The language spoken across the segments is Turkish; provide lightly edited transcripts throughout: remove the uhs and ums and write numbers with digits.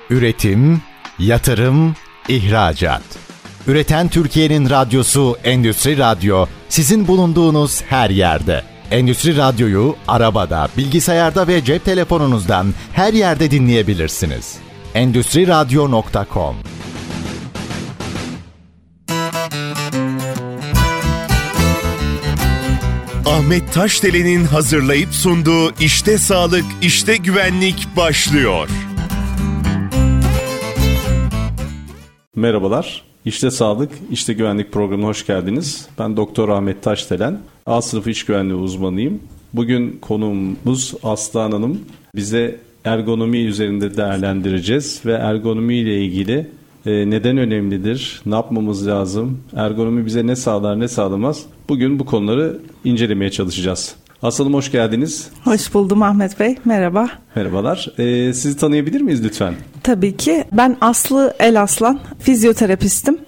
Üretim, yatırım, ihracat. Üreten Türkiye'nin radyosu Endüstri Radyo, sizin bulunduğunuz her yerde. Endüstri Radyo'yu arabada, bilgisayarda ve cep telefonunuzdan her yerde dinleyebilirsiniz. Endüstriradyo.com. Ahmet Taşdelen'in hazırlayıp sunduğu İşte Sağlık, İşte Güvenlik başlıyor. Merhabalar. İşte Sağlık, İşte Güvenlik programına hoş geldiniz. Ben Doktor Ahmet Taşdelen. A sınıfı iş güvenliği uzmanıyım. Bugün konuğumuz Aslan Hanım. Bize ergonomi üzerinde değerlendireceğiz ve ergonomi ile ilgili neden önemlidir, ne yapmamız lazım, ergonomi bize ne sağlar ne sağlamaz. Bugün bu konuları incelemeye çalışacağız. Aslan Hanım hoş geldiniz. Hoş buldum Ahmet Bey. Merhaba. Merhabalar. Sizi tanıyabilir miyiz lütfen? Tabii ki. Ben Aslı Elaslan, fizyoterapistim.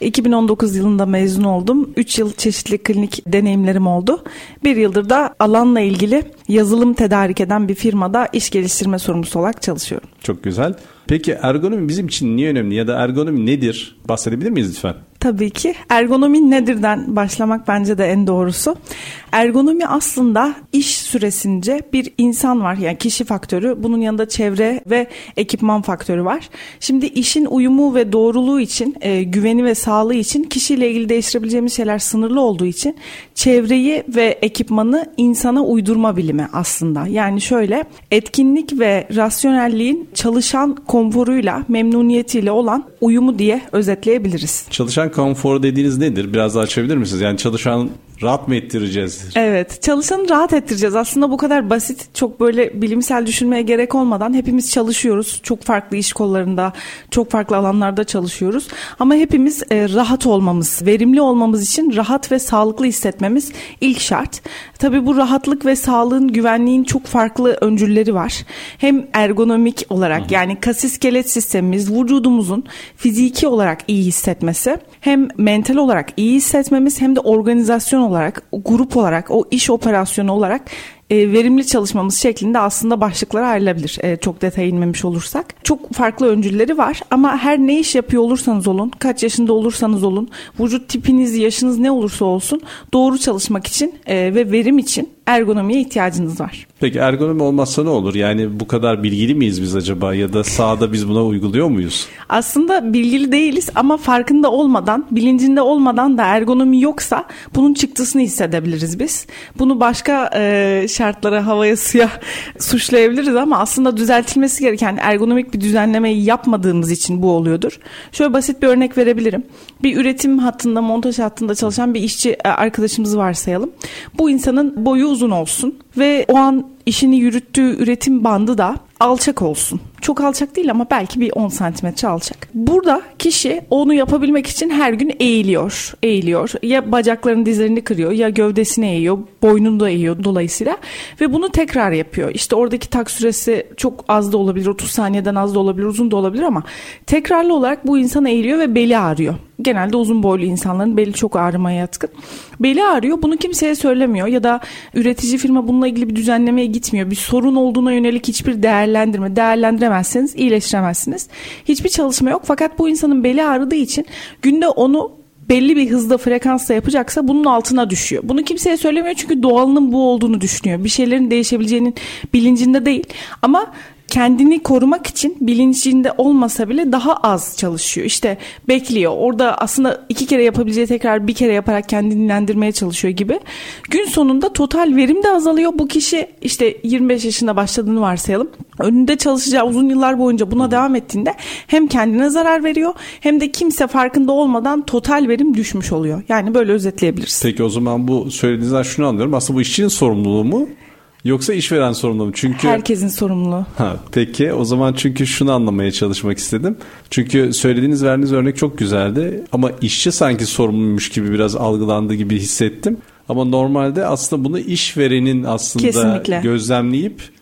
2019 yılında mezun oldum. 3 yıl çeşitli klinik deneyimlerim oldu. 1 yıldır da alanla ilgili yazılım tedarik eden bir firmada iş geliştirme sorumlusu olarak çalışıyorum. Çok güzel. Peki ergonomi bizim için niye önemli ya da ergonomi nedir? Bahsedebilir miyiz lütfen? Tabii ki. Ergonomi nedirden başlamak bence de en doğrusu. Ergonomi aslında iş süresince bir insan var, yani kişi faktörü. Bunun yanında çevre ve ekipman faktörü var. Şimdi işin uyumu ve doğruluğu için, güveni ve sağlığı için kişiyle ilgili değiştirebileceğimiz şeyler sınırlı olduğu için çevreyi ve ekipmanı insana uydurma bilimi aslında. Yani şöyle, etkinlik ve rasyonelliğin çalışan konforuyla, memnuniyetiyle olan uyumu diye özetleyebiliriz. Çalışan konfor dediğiniz nedir? Biraz daha açabilir misiniz? Yani çalışan rahat mı ettireceğiz? Evet, çalışanı rahat ettireceğiz. Aslında bu kadar basit, çok böyle bilimsel düşünmeye gerek olmadan hepimiz çalışıyoruz. Çok farklı iş kollarında, çok farklı alanlarda çalışıyoruz. Ama hepimiz rahat olmamız, verimli olmamız için rahat ve sağlıklı hissetmemiz ilk şart. Tabii bu rahatlık ve sağlığın, güvenliğin çok farklı öncülleri var. Hem ergonomik olarak, yani kas iskelet sistemimiz, vücudumuzun fiziki olarak iyi hissetmesi, hem mental olarak iyi hissetmemiz, hem de organizasyon olarak, grup olarak, o iş operasyonu olarak verimli çalışmamız şeklinde aslında başlıklara ayrılabilir. Çok detaya inmemiş olursak. Çok farklı öncülleri var ama her ne iş yapıyor olursanız olun, kaç yaşında olursanız olun, vücut tipiniz, yaşınız ne olursa olsun doğru çalışmak için ve verim için ergonomiye ihtiyacınız var. Peki ergonomi olmazsa ne olur? Yani bu kadar bilgili miyiz biz acaba ya da sahada biz buna uyguluyor muyuz? Aslında bilgili değiliz ama farkında olmadan, bilincinde olmadan da ergonomi yoksa bunun çıktısını hissedebiliriz biz. Bunu başka şartlara, havaya, suya suçlayabiliriz ama aslında düzeltilmesi gereken ergonomik bir düzenlemeyi yapmadığımız için bu oluyordur. Şöyle basit bir örnek verebilirim. Bir üretim hattında, montaj hattında çalışan bir işçi arkadaşımızı varsayalım. Bu insanın boyu uzun olsun ve o an işini yürüttüğü üretim bandı da alçak olsun. Çok alçak değil ama belki bir 10 santimetre alçak. Burada kişi onu yapabilmek için her gün eğiliyor. Ya bacaklarını, dizlerini kırıyor, ya gövdesini eğiyor, boynunu da eğiyor dolayısıyla. Ve bunu tekrar yapıyor. İşte oradaki tak süresi çok az da olabilir, 30 saniyeden az da olabilir, uzun da olabilir ama tekrarlı olarak bu insan eğiliyor ve beli ağrıyor. Genelde uzun boylu insanların beli çok ağrımaya yatkın. Beli ağrıyor, bunu kimseye söylemiyor ya da üretici firma bununla ilgili bir düzenlemeye gitmiyor. Bir sorun olduğuna yönelik hiçbir değerlendiremezsiniz, iyileştiremezsiniz. Hiçbir çalışma yok fakat bu insanın beli ağrıdığı için günde onu belli bir hızda, frekansla yapacaksa bunun altına düşüyor. Bunu kimseye söylemiyor çünkü doğalının bu olduğunu düşünüyor. Bir şeylerin değişebileceğinin bilincinde değil ama kendini korumak için bilincinde olmasa bile daha az çalışıyor. İşte bekliyor. Orada aslında 2 kere yapabileceği tekrar 1 kere yaparak kendini dinlendirmeye çalışıyor gibi. Gün sonunda total verim de azalıyor. Bu kişi işte 25 yaşında başladığını varsayalım. Önünde çalışacağı uzun yıllar boyunca buna devam ettiğinde hem kendine zarar veriyor hem de kimse farkında olmadan total verim düşmüş oluyor. Yani böyle özetleyebiliriz. Peki o zaman bu söylediğinizden şunu anlıyorum. Aslında bu işçinin sorumluluğu mu? Yoksa işveren sorumlu mu? Çünkü herkesin sorumluluğu. Peki o zaman çünkü şunu anlamaya çalışmak istedim. Çünkü verdiğiniz örnek çok güzeldi ama işçi sanki sorumluymuş gibi biraz algılandığı gibi hissettim. Ama normalde aslında bunu işverenin aslında kesinlikle gözlemleyip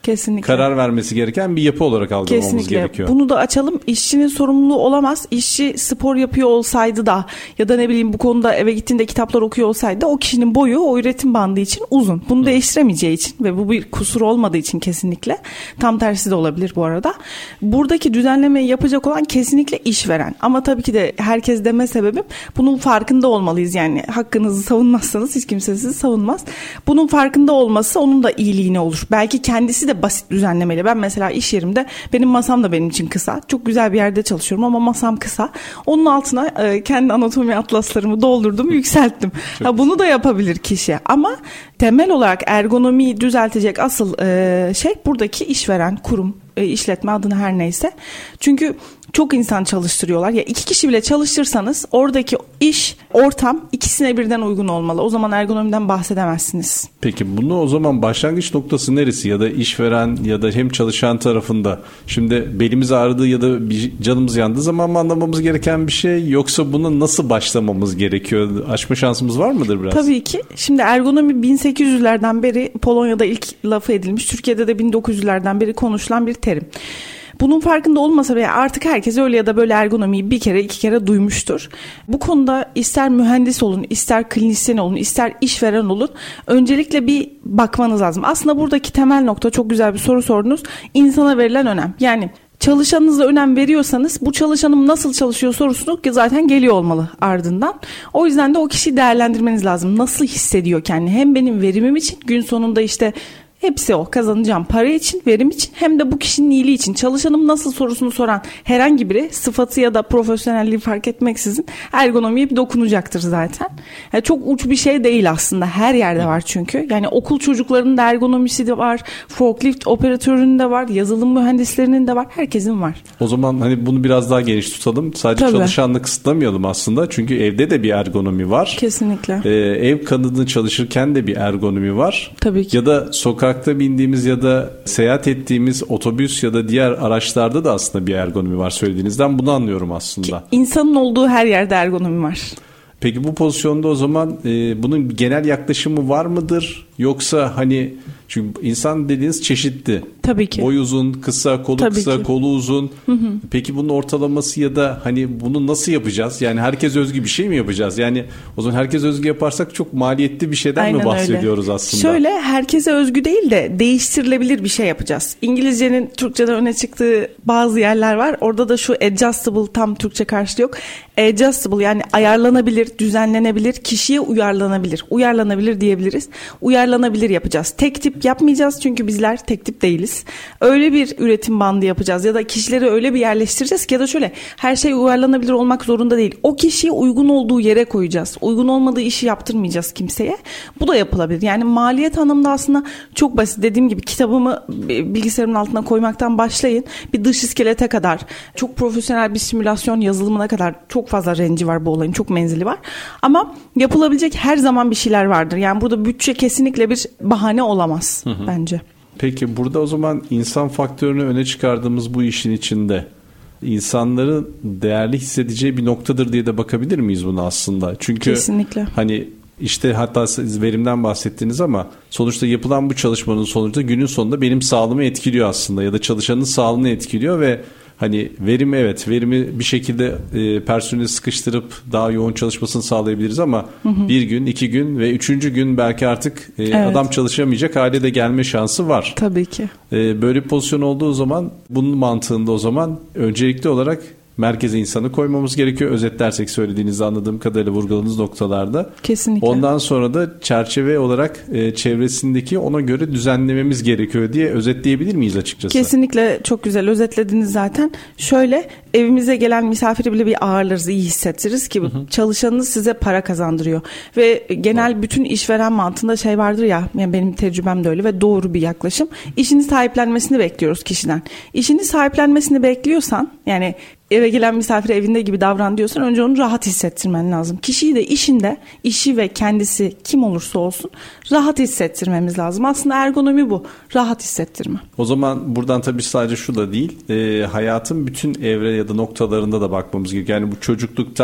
Kesinlikle. karar vermesi gereken bir yapı olarak algılamamız gerekiyor. Bunu da açalım. İşçinin sorumluluğu olamaz. İşçi spor yapıyor olsaydı da ya da ne bileyim bu konuda eve gittiğinde kitaplar okuyor olsaydı o kişinin boyu o üretim bandı için uzun. Bunu değiştiremeyeceği için ve bu bir kusur olmadığı için kesinlikle. Tam tersi de olabilir bu arada. Buradaki düzenlemeyi yapacak olan kesinlikle işveren. Ama tabii ki de herkes deme sebebim bunun farkında olmalıyız. Yani hakkınızı savunmazsanız hiç kimse sizi savunmaz. Bunun farkında olması onun da iyiliğine olur. Belki kendisi de basit düzenlemeli. Ben mesela iş yerimde benim masam da benim için kısa. Çok güzel bir yerde çalışıyorum ama masam kısa. Onun altına kendi anatomi atlaslarımı doldurdum, yükselttim. Bunu da yapabilir kişi. Ama temel olarak ergonomiyi düzeltecek asıl şey buradaki işveren, kurum, işletme adını her neyse. Çünkü çok insan çalıştırıyorlar. Ya 2 kişi bile çalıştırsanız oradaki iş, ortam ikisine birden uygun olmalı. O zaman ergonomiden bahsedemezsiniz. Peki bunu o zaman başlangıç noktası neresi? Ya da işveren ya da hem çalışan tarafında. Şimdi belimiz ağrıdığı ya da canımız yandığı zaman mı anlamamız gereken bir şey? Yoksa buna nasıl başlamamız gerekiyor? Açma şansımız var mıdır biraz? Tabii ki. Şimdi ergonomi 1800'lerden beri Polonya'da ilk lafı edilmiş. Türkiye'de de 1900'lerden beri konuşulan bir terim. Bunun farkında olmasa bile artık herkes öyle ya da böyle ergonomiyi bir kere 2 kere duymuştur. Bu konuda ister mühendis olun, ister klinisyen olun, ister işveren olun öncelikle bir bakmanız lazım. Aslında buradaki temel nokta, çok güzel bir soru sordunuz. İnsana verilen önem. Yani çalışanınıza önem veriyorsanız bu çalışanım nasıl çalışıyor sorusu zaten geliyor olmalı ardından. O yüzden de o kişiyi değerlendirmeniz lazım. Nasıl hissediyor kendini? Hem benim verimim için gün sonunda işte hepsi o kazanacağım para için, verim için hem de bu kişinin iyiliği için. Çalışanım nasıl sorusunu soran herhangi biri sıfatı ya da profesyonelliği fark etmeksizin ergonomiye bir dokunacaktır zaten. Yani çok uç bir şey değil aslında. Her yerde var çünkü. Yani okul çocuklarının da ergonomisi de var. Forklift operatörünün de var. Yazılım mühendislerinin de var. Herkesin var. O zaman hani bunu biraz daha geniş tutalım. Sadece çalışanla kısıtlamayalım aslında. Çünkü evde de bir ergonomi var. Kesinlikle. Ev kadını çalışırken de bir ergonomi var. Tabii ki. Ya da sokakta bindiğimiz ya da seyahat ettiğimiz otobüs ya da diğer araçlarda da aslında bir ergonomi var söylediğinizden. Bunu anlıyorum aslında. İnsanın olduğu her yerde ergonomi var. Peki bu pozisyonda o zaman bunun genel yaklaşımı var mıdır? Yoksa hani çünkü insan dediğiniz çeşitli. Tabii ki. Boy uzun, kısa, kolu Tabii kısa, ki. kolu uzun. Hı. Peki bunun ortalaması ya da hani bunu nasıl yapacağız? Yani herkes özgü bir şey mi yapacağız? Yani o zaman herkes özgü yaparsak çok maliyetli bir şeyden Aynen mi bahsediyoruz öyle. aslında? Şöyle herkese özgü değil de değiştirilebilir bir şey yapacağız. İngilizcenin Türkçe'de öne çıktığı bazı yerler var. Orada da şu adjustable tam Türkçe karşılığı yok. Adjustable yani ayarlanabilir, düzenlenebilir, kişiye uyarlanabilir. Uyarlanabilir diyebiliriz. Uyarlanabilir yapacağız. Tek tip yapmayacağız çünkü bizler tek tip değiliz. Öyle bir üretim bandı yapacağız ya da kişileri öyle bir yerleştireceğiz ki ya da şöyle her şey uyarlanabilir olmak zorunda değil. O kişiye uygun olduğu yere koyacağız. Uygun olmadığı işi yaptırmayacağız kimseye. Bu da yapılabilir. Yani maliyet anlamında aslında çok basit. Dediğim gibi kitabımı bilgisayarımın altına koymaktan başlayın. Bir dış iskelete kadar, çok profesyonel bir simülasyon yazılımına kadar çok fazla renci var bu olayın. Çok menzili var. Ama yapılabilecek her zaman bir şeyler vardır. Yani burada bütçe kesinlikle bir bahane olamaz bence. Peki burada o zaman insan faktörünü öne çıkardığımız bu işin içinde insanların değerli hissedeceği bir noktadır diye de bakabilir miyiz buna aslında? Çünkü kesinlikle. Hani işte hatta siz verimden bahsettiniz ama sonuçta yapılan bu çalışmanın sonucunda günün sonunda benim sağlığımı etkiliyor aslında ya da çalışanın sağlığını etkiliyor ve hani verimi bir şekilde personeli sıkıştırıp daha yoğun çalışmasını sağlayabiliriz ama bir gün, 2 gün ve 3. gün belki artık adam çalışamayacak hale de gelme şansı var. Tabii ki. Böyle bir pozisyon olduğu zaman bunun mantığında o zaman öncelikli olarak merkeze insanı koymamız gerekiyor. Özetlersek söylediğinizde anladığım kadarıyla vurguladığınız noktalarda. Kesinlikle. Ondan sonra da çerçeve olarak çevresindeki ona göre düzenlememiz gerekiyor diye özetleyebilir miyiz açıkçası? Kesinlikle çok güzel özetlediniz zaten. Şöyle evimize gelen misafiri bile bir ağırlarız, iyi hissettiririz ki çalışanınız size para kazandırıyor. Ve genel bütün işveren mantığında şey vardır ya, yani benim tecrübem de öyle ve doğru bir yaklaşım. İşini sahiplenmesini bekliyoruz kişiden. İşini sahiplenmesini bekliyorsan yani eve gelen misafire evinde gibi davran diyorsan önce onu rahat hissettirmen lazım. Kişiyi de işinde, işi ve kendisi kim olursa olsun rahat hissettirmemiz lazım. Aslında ergonomi bu. Rahat hissettirme. O zaman buradan tabii sadece şu da değil. Hayatın bütün evre ya da noktalarında da bakmamız gerekiyor. Yani bu çocukluktan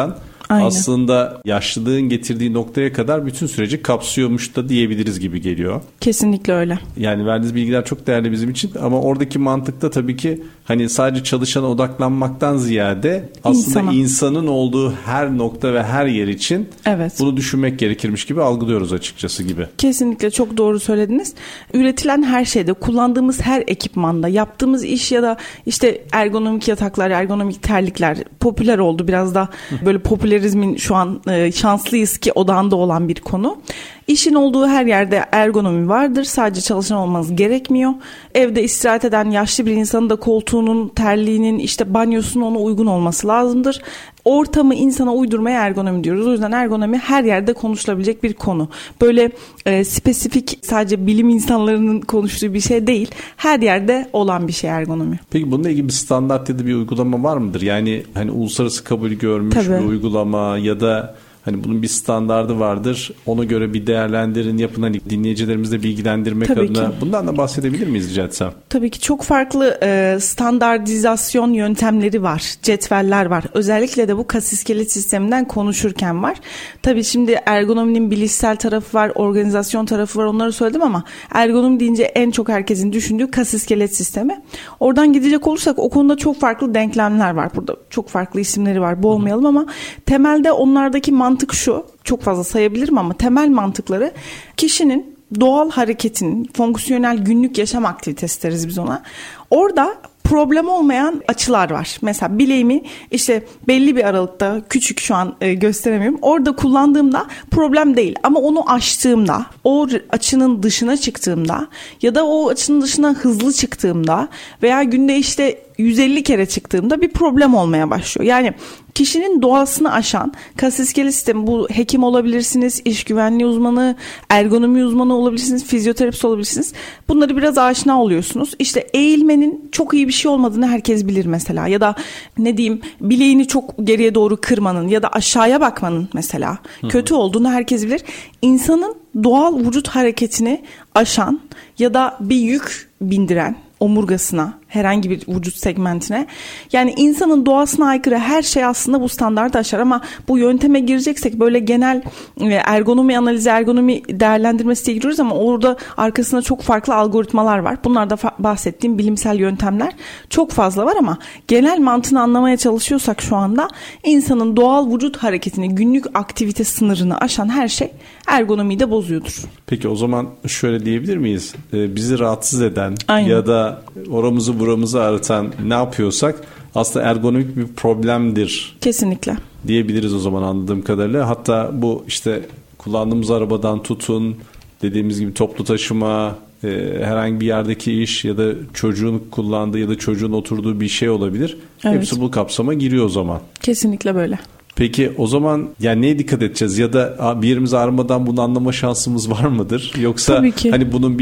Aynen. aslında yaşlılığın getirdiği noktaya kadar bütün süreci kapsıyormuş da diyebiliriz gibi geliyor. Kesinlikle öyle. Yani verdiğiniz bilgiler çok değerli bizim için ama oradaki mantıkta tabii ki hani sadece çalışana odaklanmaktan ziyade aslında insanın olduğu her nokta ve her yer için bunu düşünmek gerekirmiş gibi algılıyoruz açıkçası gibi. Kesinlikle çok doğru söylediniz. Üretilen her şeyde, kullandığımız her ekipmanda, yaptığımız iş ya da işte ergonomik yataklar, ergonomik terlikler popüler oldu. Biraz da böyle popülerizmin şu an şanslıyız ki odağında olan bir konu. İşin olduğu her yerde ergonomi vardır. Sadece çalışan olmanız gerekmiyor. Evde istirahat eden yaşlı bir insanın da koltuğunun, terliğinin, işte banyosunun ona uygun olması lazımdır. Ortamı insana uydurmaya ergonomi diyoruz. O yüzden ergonomi her yerde konuşulabilecek bir konu. Böyle spesifik sadece bilim insanlarının konuştuğu bir şey değil. Her yerde olan bir şey ergonomi. Peki bununla ilgili bir standart ya da bir uygulama var mıdır? Yani hani uluslararası kabul görmüş bir uygulama ya da hani bunun bir standardı vardır. Ona göre bir değerlendirin, yapın. Hani dinleyicilerimizi de bilgilendirmek adına. Bundan da bahsedebilir miyiz rica etsem? Tabii ki çok farklı standartizasyon yöntemleri var. Cetveller var. Özellikle de bu kas iskelet sisteminden konuşurken var. Tabii şimdi ergonominin bilişsel tarafı var, organizasyon tarafı var. Onları söyledim ama ergonomi deyince en çok herkesin düşündüğü kas iskelet sistemi. Oradan gidecek olursak o konuda çok farklı denklemler var. Burada çok farklı isimleri var. Boğmayalım ama temelde onlardaki mantık şu, çok fazla sayabilirim ama temel mantıkları kişinin doğal hareketinin, fonksiyonel günlük yaşam aktivitesi deriz biz ona. Orada problem olmayan açılar var. Mesela bileğimi işte belli bir aralıkta, küçük şu an gösteremiyorum. Orada kullandığımda problem değil ama onu aştığımda, o açının dışına çıktığımda ya da o açının dışına hızlı çıktığımda veya günde işte 150 kere çıktığımda bir problem olmaya başlıyor. Yani kişinin doğasını aşan kas iskelet sistemi, bu hekim olabilirsiniz, iş güvenliği uzmanı, ergonomi uzmanı olabilirsiniz, fizyoterapist olabilirsiniz. Bunları biraz aşina oluyorsunuz. İşte eğilmenin çok iyi bir şey olmadığını herkes bilir mesela. Ya da ne diyeyim, bileğini çok geriye doğru kırmanın ya da aşağıya bakmanın mesela kötü olduğunu herkes bilir. İnsanın doğal vücut hareketini aşan ya da bir yük bindiren omurgasına, herhangi bir vücut segmentine, yani insanın doğasına aykırı her şey aslında bu standartı aşar. Ama bu yönteme gireceksek böyle genel ergonomi analizi, ergonomi değerlendirmesi diye giriyoruz ama orada arkasında çok farklı algoritmalar var. Bunlar da bahsettiğim bilimsel yöntemler çok fazla var ama genel mantığını anlamaya çalışıyorsak şu anda insanın doğal vücut hareketini, günlük aktivite sınırını aşan her şey ergonomiyi de bozuyordur. Peki o zaman şöyle diyebilir miyiz? Bizi rahatsız eden ya da oramızı buramızı ağrıtan ne yapıyorsak aslında ergonomik bir problemdir. Kesinlikle. Diyebiliriz o zaman anladığım kadarıyla. Hatta bu işte kullandığımız arabadan tutun, dediğimiz gibi toplu taşıma, herhangi bir yerdeki iş ya da çocuğun kullandığı ya da çocuğun oturduğu bir şey olabilir. Evet. Hepsi bu kapsama giriyor o zaman. Kesinlikle böyle. Peki o zaman yani neye dikkat edeceğiz ya da bir yerimiz ağrımadan bunu anlama şansımız var mıdır? Yoksa hani bunun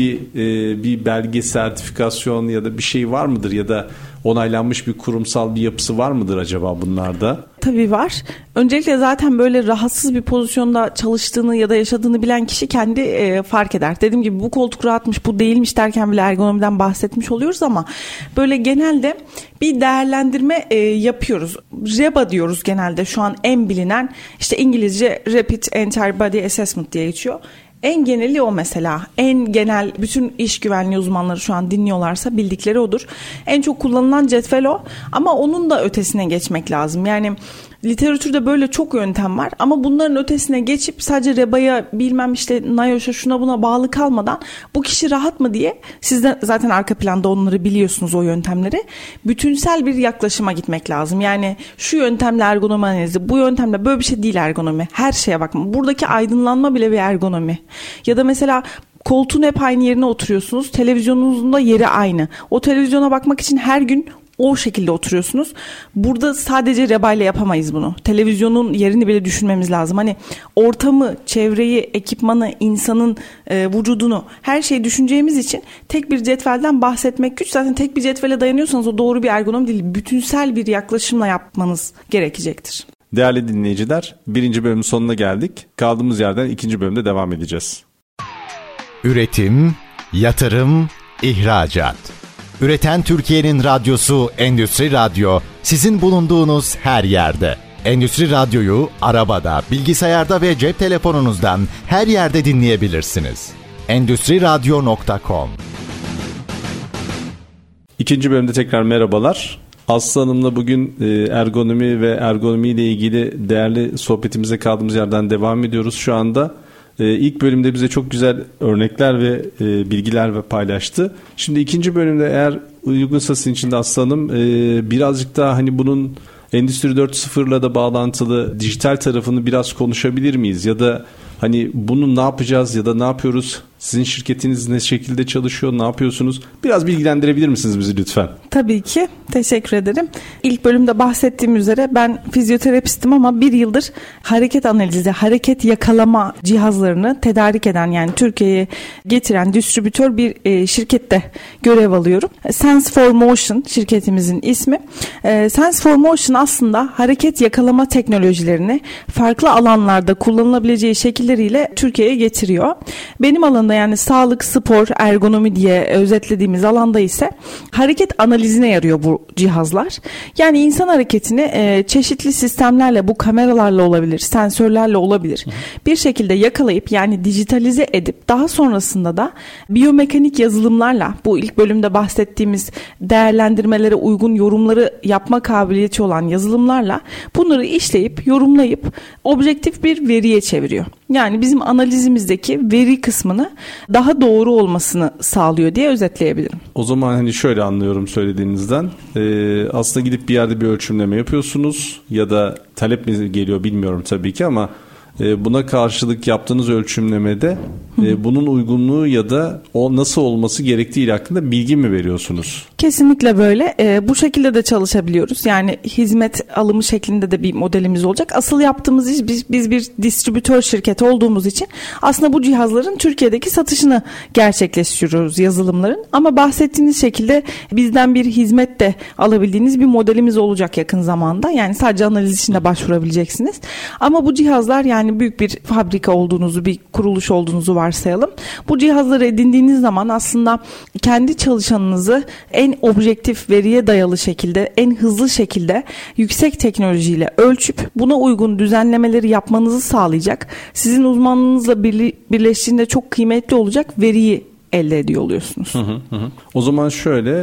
bir belge, sertifikasyon ya da bir şey var mıdır ya da onaylanmış bir kurumsal bir yapısı var mıdır acaba bunlarda? Tabii var. Öncelikle zaten böyle rahatsız bir pozisyonda çalıştığını ya da yaşadığını bilen kişi kendi fark eder. Dediğim gibi bu koltuk rahatmış, bu değilmiş derken bile ergonomiden bahsetmiş oluyoruz ama böyle genelde bir değerlendirme yapıyoruz. REBA diyoruz genelde, şu an en bilinen, işte İngilizce Rapid Entire Body Assessment diye geçiyor. En geneli o mesela. En genel, bütün iş güvenliği uzmanları şu an dinliyorlarsa bildikleri odur. En çok kullanılan cetvel o. Ama onun da ötesine geçmek lazım. Yani literatürde böyle çok yöntem var ama bunların ötesine geçip sadece REBA'ya, bilmem işte NIOSH'a, şuna buna bağlı kalmadan bu kişi rahat mı diye, siz de zaten arka planda onları biliyorsunuz, o yöntemleri. Bütünsel bir yaklaşıma gitmek lazım. Yani şu yöntemle ergonomi analizi, bu yöntemle, böyle bir şey değil ergonomi. Her şeye bakma. Buradaki aydınlanma bile bir ergonomi. Ya da mesela koltuğun hep aynı yerine oturuyorsunuz. Televizyonunuzun da yeri aynı. O televizyona bakmak için her gün o şekilde oturuyorsunuz. Burada sadece rebayla yapamayız bunu. Televizyonun yerini bile düşünmemiz lazım. Hani ortamı, çevreyi, ekipmanı, insanın vücudunu, her şeyi düşüneceğimiz için tek bir cetvelden bahsetmek güç. Zaten tek bir cetvele dayanıyorsanız o doğru bir ergonomi değil. Bütünsel bir yaklaşımla yapmanız gerekecektir. Değerli dinleyiciler, 1. bölümün sonuna geldik. Kaldığımız yerden 2. bölümde devam edeceğiz. Üretim, yatırım, ihracat. Üreten Türkiye'nin radyosu Endüstri Radyo, sizin bulunduğunuz her yerde. Endüstri Radyo'yu arabada, bilgisayarda ve cep telefonunuzdan her yerde dinleyebilirsiniz. Endüstriradyo.com. İkinci bölümde tekrar merhabalar. Aslı Hanım'la bugün ergonomi ve ergonomiyle ilgili değerli sohbetimize kaldığımız yerden devam ediyoruz şu anda. İlk bölümde bize çok güzel örnekler ve bilgiler paylaştı. Şimdi ikinci bölümde eğer uygunsa sizin için de Aslı Hanım birazcık daha hani bunun Endüstri 4.0'la da bağlantılı dijital tarafını biraz konuşabilir miyiz? Ya da hani bunu ne yapacağız ya da ne yapıyoruz? Sizin şirketiniz ne şekilde çalışıyor? Ne yapıyorsunuz? Biraz bilgilendirebilir misiniz bizi lütfen? Tabii ki. Teşekkür ederim. İlk bölümde bahsettiğim üzere ben fizyoterapistim ama bir yıldır hareket analizi, hareket yakalama cihazlarını tedarik eden, yani Türkiye'ye getiren distribütör bir şirkette görev alıyorum. Sense for Motion şirketimizin ismi. Sense for Motion aslında hareket yakalama teknolojilerini farklı alanlarda kullanılabileceği şekilleriyle Türkiye'ye getiriyor. Benim alanımda, yani sağlık, spor, ergonomi diye özetlediğimiz alanda ise hareket analizine yarıyor bu cihazlar. Yani insan hareketini çeşitli sistemlerle, bu kameralarla olabilir, sensörlerle olabilir, bir şekilde yakalayıp yani dijitalize edip daha sonrasında da biyomekanik yazılımlarla, bu ilk bölümde bahsettiğimiz değerlendirmelere uygun yorumları yapma kabiliyeti olan yazılımlarla bunları işleyip, yorumlayıp objektif bir veriye çeviriyor. Yani bizim analizimizdeki veri kısmını daha doğru olmasını sağlıyor diye özetleyebilirim. O zaman hani şöyle anlıyorum söylediğinizden. Aslında gidip bir yerde bir ölçümleme yapıyorsunuz ya da talep mi geliyor bilmiyorum tabii ki ama buna karşılık yaptığınız ölçümlemede bunun uygunluğu ya da o nasıl olması gerektiği hakkında bilgi mi veriyorsunuz? Kesinlikle böyle. Bu şekilde de çalışabiliyoruz. Yani hizmet alımı şeklinde de bir modelimiz olacak. Asıl yaptığımız iş, biz bir distribütör şirketi olduğumuz için aslında bu cihazların Türkiye'deki satışını gerçekleştiriyoruz, yazılımların. Ama bahsettiğiniz şekilde bizden bir hizmet de alabildiğiniz bir modelimiz olacak yakın zamanda. Yani sadece analiz için de başvurabileceksiniz. Ama bu cihazlar, yani büyük bir fabrika olduğunuzu, bir kuruluş olduğunuzu varsayalım. Bu cihazları edindiğiniz zaman aslında kendi çalışanınızı en objektif veriye dayalı şekilde, en hızlı şekilde, yüksek teknolojiyle ölçüp buna uygun düzenlemeleri yapmanızı sağlayacak, sizin uzmanlığınızla birleştiğinde çok kıymetli olacak veriyi elde ediyor oluyorsunuz. O zaman şöyle,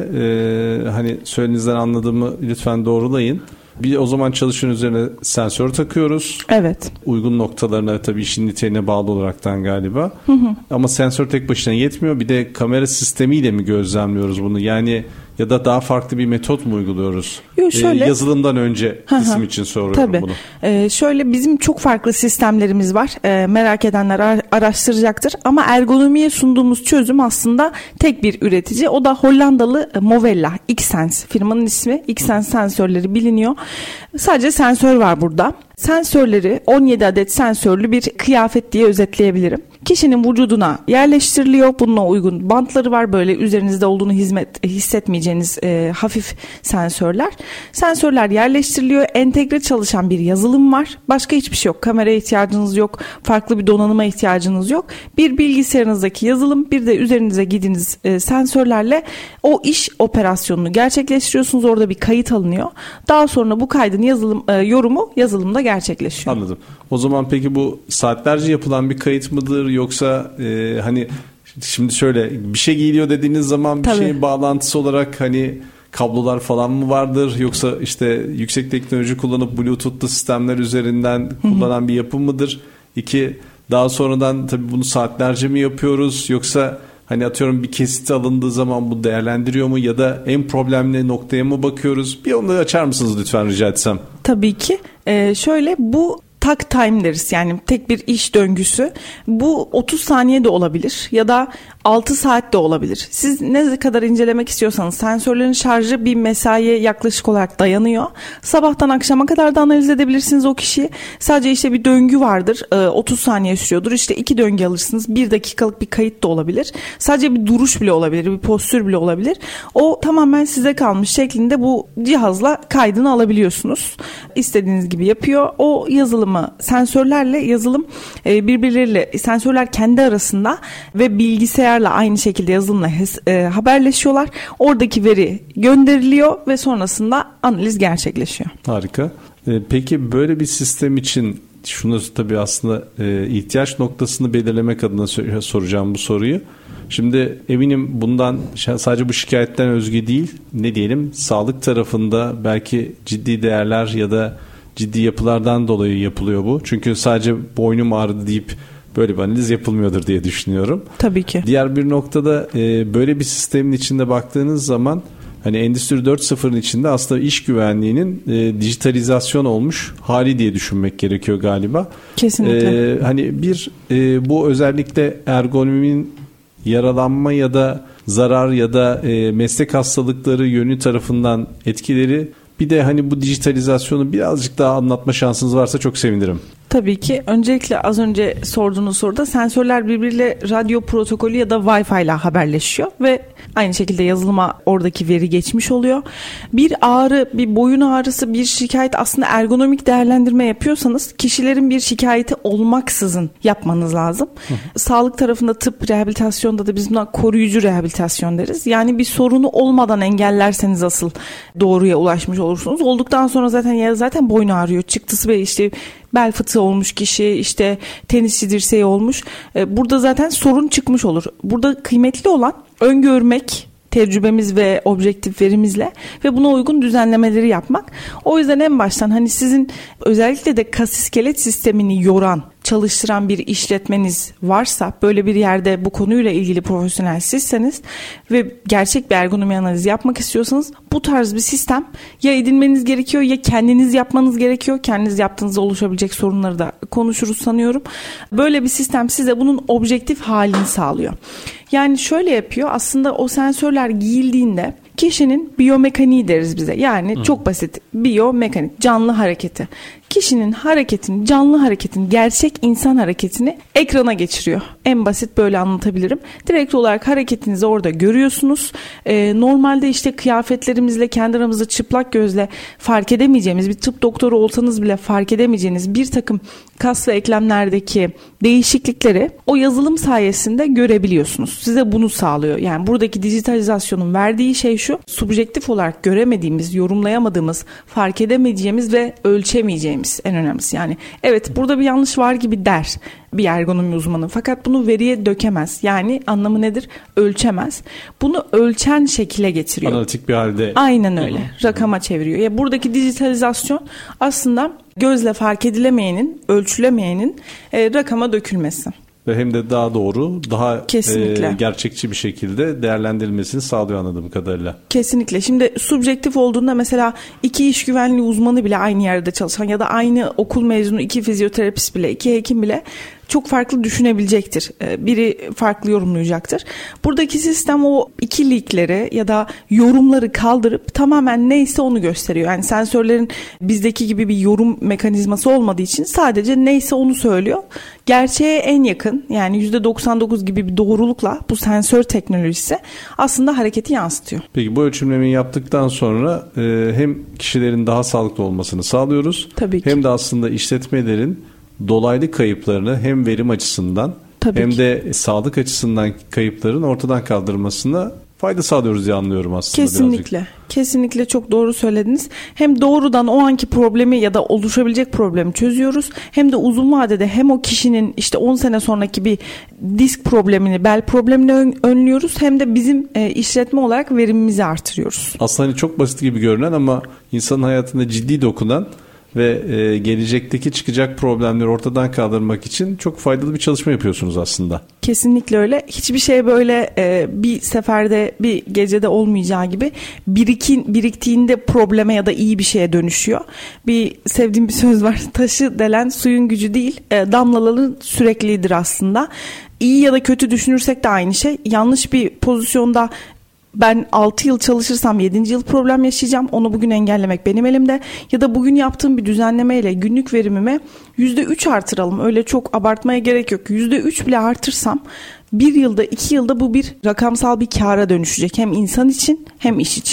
hani söylediğinizden anladığımı lütfen doğrulayın. Bir o zaman çalışan üzerine sensör takıyoruz. Evet. Uygun noktalarına, tabii işin niteliğine bağlı olaraktan galiba. Ama sensör tek başına yetmiyor. Bir de kamera sistemiyle mi gözlemliyoruz bunu? Yani ya da daha farklı bir metot mu uyguluyoruz? Şöyle, yazılımdan önce kısım için soruyorum tabii. bunu. Şöyle, bizim çok farklı sistemlerimiz var. Merak edenler araştıracaktır. Ama ergonomiye sunduğumuz çözüm aslında tek bir üretici. O da Hollandalı Movella, Xsense. Firmanın ismi. Xsense sensörleri biliniyor. Sadece sensör var burada. Sensörleri 17 adet sensörlü bir kıyafet diye özetleyebilirim. Kişinin vücuduna yerleştiriliyor. Bununla uygun bantları var. Böyle üzerinizde olduğunu hissetmeyeceğiniz hafif sensörler. Sensörler yerleştiriliyor. Entegre çalışan bir yazılım var. Başka hiçbir şey yok. Kameraya ihtiyacınız yok. Farklı bir donanıma ihtiyacınız yok. Bir bilgisayarınızdaki yazılım, bir de üzerinize giydiğiniz sensörlerle o iş operasyonunu gerçekleştiriyorsunuz. Orada bir kayıt alınıyor. Daha sonra bu kaydın yorumu yazılımda gerçekleşiyor. Anladım. O zaman peki bu saatlerce yapılan bir kayıt mıdır, yoksa hani şimdi şöyle bir şey giyiliyor dediğiniz zaman bir şeyin bağlantısı olarak hani kablolar falan mı vardır, yoksa işte yüksek teknoloji kullanıp Bluetooth'lu sistemler üzerinden kullanan bir yapım mıdır? İki, daha sonradan tabii bunu saatlerce mi yapıyoruz, yoksa hani atıyorum bir kesit alındığı zaman bu değerlendiriyor mu ya da en problemli noktaya mı bakıyoruz? Bir onu da açar mısınız lütfen, rica etsem? Tabii ki. Şöyle, bu tak time deriz, yani tek bir iş döngüsü. Bu 30 saniye de olabilir ya da 6 saat de olabilir. Siz ne kadar incelemek istiyorsanız, sensörlerin şarjı bir mesaiye yaklaşık olarak dayanıyor. Sabahtan akşama kadar da analiz edebilirsiniz o kişiyi. Sadece işte bir döngü vardır. 30 saniye sürüyordur. İşte 2 döngü alırsınız. 1 dakikalık bir kayıt da olabilir. Sadece bir duruş bile olabilir. Bir postür bile olabilir. O tamamen size kalmış şeklinde bu cihazla kaydını alabiliyorsunuz. İstediğiniz gibi yapıyor. O yazılımı, sensörlerle yazılım birbirleriyle, sensörler kendi arasında ve bilgisayarla aynı şekilde yazılımla haberleşiyorlar. Oradaki veri gönderiliyor ve sonrasında analiz gerçekleşiyor. Harika. Peki böyle bir sistem için şunu tabii aslında ihtiyaç noktasını belirlemek adına soracağım bu soruyu. Şimdi eminim bundan sadece bu şikayetten özgü değil, ne diyelim, sağlık tarafında belki ciddi değerler ya da ciddi yapılardan dolayı yapılıyor bu. Çünkü sadece boynum ağrıdı deyip böyle bir analiz yapılmıyordur diye düşünüyorum. Tabii ki. Diğer bir noktada böyle bir sistemin içinde baktığınız zaman hani Endüstri 4.0'ın içinde aslında iş güvenliğinin dijitalizasyon olmuş hali diye düşünmek gerekiyor galiba. Kesinlikle. Hani bu özellikle ergonominin yaralanma ya da zarar ya da meslek hastalıkları yönü tarafından etkileri, bir de hani bu dijitalizasyonu birazcık daha anlatma şansınız varsa çok sevinirim. Tabii ki. Öncelikle az önce sorduğunuz soruda sensörler birbiriyle radyo protokolü ya da Wi-Fi ile haberleşiyor ve aynı şekilde yazılıma oradaki veri geçmiş oluyor. Bir ağrı, bir boyun ağrısı, bir şikayet, aslında ergonomik değerlendirme yapıyorsanız kişilerin bir şikayeti olmaksızın yapmanız lazım. Sağlık tarafında, tıp rehabilitasyonda da biz buna koruyucu rehabilitasyon deriz. Yani bir sorunu olmadan engellerseniz asıl doğruya ulaşmış olursunuz. Olduktan sonra zaten boyun ağrıyor, çıktısı ve işte bel fıtığı olmuş kişi, işte tenisçi dirseği olmuş. Burada zaten sorun çıkmış olur. Burada kıymetli olan öngörmek, tecrübemiz ve objektif verimizle ve buna uygun düzenlemeleri yapmak. O yüzden en baştan hani sizin özellikle de kas iskelet sistemini yoran, çalıştıran bir işletmeniz varsa, böyle bir yerde bu konuyla ilgili profesyonel sizseniz ve gerçek bir ergonomi analizi yapmak istiyorsanız bu tarz bir sistem ya edinmeniz gerekiyor ya kendiniz yapmanız gerekiyor. Kendiniz yaptığınızda oluşabilecek sorunları da konuşuruz sanıyorum. Böyle bir sistem size bunun objektif halini sağlıyor. Yani şöyle yapıyor, aslında o sensörler giyildiğinde kişinin biyomekaniği deriz bize. Yani çok basit, biyomekanik, canlı hareketi. Kişinin hareketini, canlı hareketin, gerçek insan hareketini ekrana geçiriyor. En basit böyle anlatabilirim. Direkt olarak hareketinizi orada görüyorsunuz. Normalde işte kıyafetlerimizle kendi aramızda çıplak gözle fark edemeyeceğimiz, bir tıp doktoru olsanız bile fark edemeyeceğiniz bir takım kas ve eklemlerdeki değişiklikleri o yazılım sayesinde görebiliyorsunuz. Size bunu sağlıyor. Yani buradaki dijitalizasyonun verdiği şey şu: subjektif olarak göremediğimiz, yorumlayamadığımız, fark edemeyeceğimiz ve ölçemeyeceğimiz en önemlisi. Yani evet, burada bir yanlış var gibi der bir ergonomi uzmanı, fakat bunu veriye dökemez. Yani anlamı nedir? Ölçemez. Bunu ölçen şekile getiriyor. Analitik bir halde. Aynen öyle. Rakama çeviriyor. Yani buradaki dijitalizasyon aslında gözle fark edilemeyenin, ölçülemeyenin rakama dökülmesi. Ve hem de daha doğru, daha Kesinlikle. Gerçekçi bir şekilde değerlendirilmesini sağlıyor anladığım kadarıyla. Kesinlikle. Şimdi subjektif olduğunda mesela 2 iş güvenliği uzmanı bile aynı yerde çalışan ya da aynı okul mezunu 2 fizyoterapist bile, 2 hekim bile çok farklı düşünebilecektir. Biri farklı yorumlayacaktır. Buradaki sistem o ikilikleri ya da yorumları kaldırıp tamamen neyse onu gösteriyor. Yani sensörlerin bizdeki gibi bir yorum mekanizması olmadığı için sadece neyse onu söylüyor. Gerçeğe en yakın, yani %99 gibi bir doğrulukla bu sensör teknolojisi aslında hareketi yansıtıyor. Peki bu ölçümlemeyi yaptıktan sonra hem kişilerin daha sağlıklı olmasını sağlıyoruz. Tabii ki. Hem de aslında işletmelerin dolaylı kayıplarını hem verim açısından hem de sağlık açısından kayıpların ortadan kaldırılmasına fayda sağlıyoruz diye anlıyorum aslında. Kesinlikle. Birazcık. Kesinlikle çok doğru söylediniz. Hem doğrudan o anki problemi ya da oluşabilecek problemi çözüyoruz. Hem de uzun vadede hem o kişinin işte 10 sene sonraki bir disk problemini, bel problemini önlüyoruz. Hem de bizim işletme olarak verimimizi artırıyoruz. Aslında hani çok basit gibi görünen ama insanın hayatında ciddi dokunan ve gelecekteki çıkacak problemleri ortadan kaldırmak için çok faydalı bir çalışma yapıyorsunuz aslında. Kesinlikle öyle. Hiçbir şey böyle bir seferde, bir gecede olmayacağı gibi biriktiğinde probleme ya da iyi bir şeye dönüşüyor. Bir sevdiğim bir söz var. Taşı delen suyun gücü değil, damlaların sürekliliğidir aslında. İyi ya da kötü düşünürsek de aynı şey. Yanlış bir pozisyonda ben 6 yıl çalışırsam 7. yıl problem yaşayacağım. Onu bugün engellemek benim elimde. Ya da bugün yaptığım bir düzenlemeyle günlük verimimi %3 artıralım. Öyle çok abartmaya gerek yok. %3 bile artırsam 1 yılda 2 yılda bu bir rakamsal bir kâra dönüşecek. Hem insan için hem iş için.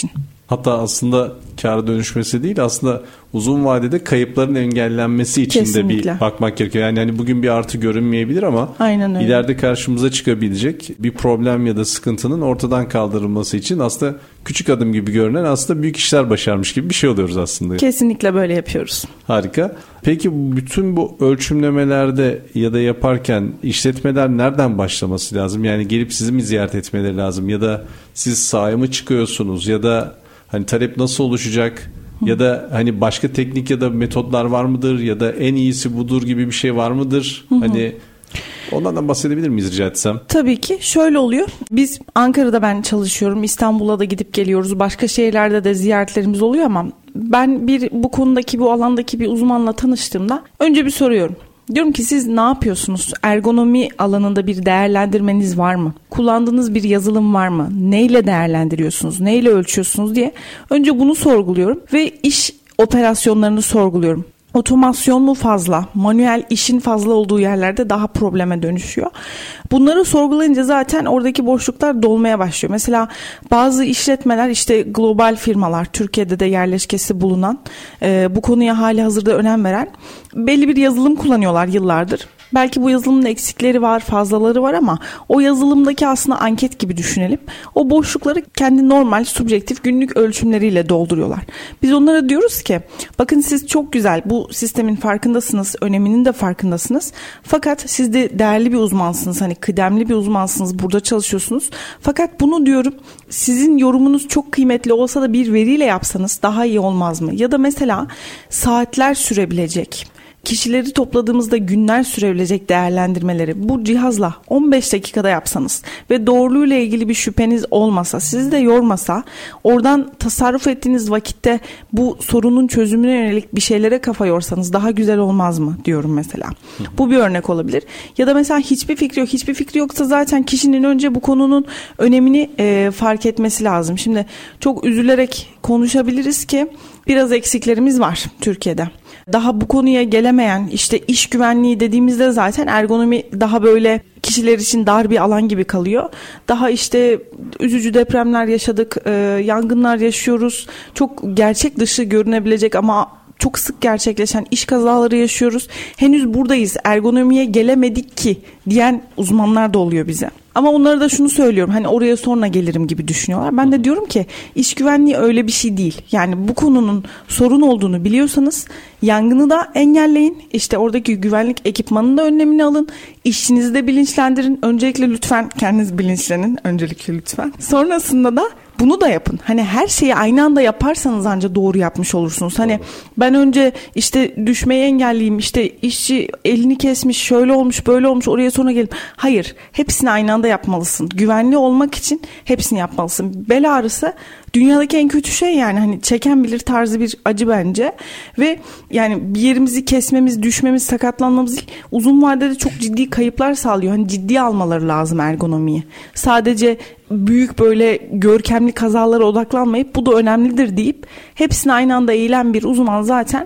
Hatta aslında kâra dönüşmesi değil, aslında uzun vadede kayıpların engellenmesi için Kesinlikle. de bir bakmak gerekiyor. Yani hani bugün bir artı görünmeyebilir ama ileride karşımıza çıkabilecek bir problem ya da sıkıntının ortadan kaldırılması için aslında küçük adım gibi görünen aslında büyük işler başarmış gibi bir şey oluyoruz aslında. Kesinlikle böyle yapıyoruz. Harika. Peki bütün bu ölçümlemelerde ya da yaparken işletmeler nereden başlaması lazım? Yani gelip sizi mi ziyaret etmeleri lazım? Ya da siz sahaya mı çıkıyorsunuz? Ya da hani talep nasıl oluşacak? Ya da hani başka teknik ya da metotlar var mıdır? Ya da en iyisi budur gibi bir şey var mıdır? Hani ondan bahsedebilir miyiz rica etsem? Tabii ki. Şöyle oluyor. Biz Ankara'da ben çalışıyorum. İstanbul'a da gidip geliyoruz. Başka şehirlerde de ziyaretlerimiz oluyor ama ben bu konudaki, bu alandaki bir uzmanla tanıştığımda önce bir soruyorum. Diyorum ki siz ne yapıyorsunuz? Ergonomi alanında bir değerlendirmeniz var mı? Kullandığınız bir yazılım var mı? Neyle değerlendiriyorsunuz? Neyle ölçüyorsunuz diye önce bunu sorguluyorum ve iş operasyonlarını sorguluyorum. Otomasyon mu fazla, manuel işin fazla olduğu yerlerde daha probleme dönüşüyor. Bunları sorgulayınca zaten oradaki boşluklar dolmaya başlıyor. Mesela bazı işletmeler, işte global firmalar, Türkiye'de de yerleşkesi bulunan, bu konuya hali hazırda önem veren belli bir yazılım kullanıyorlar yıllardır. Belki bu yazılımın eksikleri var, fazlaları var ama o yazılımdaki aslında anket gibi düşünelim. O boşlukları kendi normal, subjektif günlük ölçümleriyle dolduruyorlar. Biz onlara diyoruz ki bakın siz çok güzel bu sistemin farkındasınız, öneminin de farkındasınız. Fakat siz de değerli bir uzmansınız, hani kıdemli bir uzmansınız, burada çalışıyorsunuz. Fakat bunu diyorum, sizin yorumunuz çok kıymetli olsa da bir veriyle yapsanız daha iyi olmaz mı? Ya da mesela saatler sürebilecek, kişileri topladığımızda günler sürebilecek değerlendirmeleri bu cihazla 15 dakikada yapsanız ve doğruluğuyla ilgili bir şüpheniz olmasa, sizi de yormasa, oradan tasarruf ettiğiniz vakitte bu sorunun çözümüne yönelik bir şeylere kafa yorsanız daha güzel olmaz mı diyorum mesela. Bu bir örnek olabilir. Ya da mesela hiçbir fikri yok. Hiçbir fikri yoksa zaten kişinin önce bu konunun önemini fark etmesi lazım. Şimdi çok üzülerek konuşabiliriz ki biraz eksiklerimiz var Türkiye'de. Daha bu konuya gelemeyen, işte iş güvenliği dediğimizde zaten ergonomi daha böyle kişiler için dar bir alan gibi kalıyor. Daha işte üzücü depremler yaşadık, yangınlar yaşıyoruz. Çok gerçek dışı görünebilecek ama çok sık gerçekleşen iş kazaları yaşıyoruz. Henüz buradayız, ergonomiye gelemedik ki diyen uzmanlar da oluyor bize. Ama onlara da şunu söylüyorum, hani oraya sonra gelirim gibi düşünüyorlar. Ben de diyorum ki iş güvenliği öyle bir şey değil. Yani bu konunun sorun olduğunu biliyorsanız yangını da engelleyin. İşte oradaki güvenlik ekipmanının da önlemini alın. İşçinizi de bilinçlendirin. Öncelikle lütfen kendiniz bilinçlenin. Öncelikle lütfen. Sonrasında da bunu da yapın. Hani her şeyi aynı anda yaparsanız ancak doğru yapmış olursunuz. Hani ben önce işte düşmeyi engelleyeyim, işte işçi elini kesmiş, şöyle olmuş, böyle olmuş, oraya sonra gelip. Hayır, hepsini aynı anda yapmalısın. Güvenli olmak için hepsini yapmalısın. Bel ağrısı dünyadaki en kötü şey, yani hani çeken bilir tarzı bir acı bence. Ve yani bir yerimizi kesmemiz, düşmemiz, sakatlanmamız değil, uzun vadede çok ciddi kayıplar sağlıyor. Hani ciddiye almaları lazım ergonomiyi. Sadece büyük böyle görkemli kazalara odaklanmayıp bu da önemlidir deyip hepsini aynı anda eğilen bir uzman zaten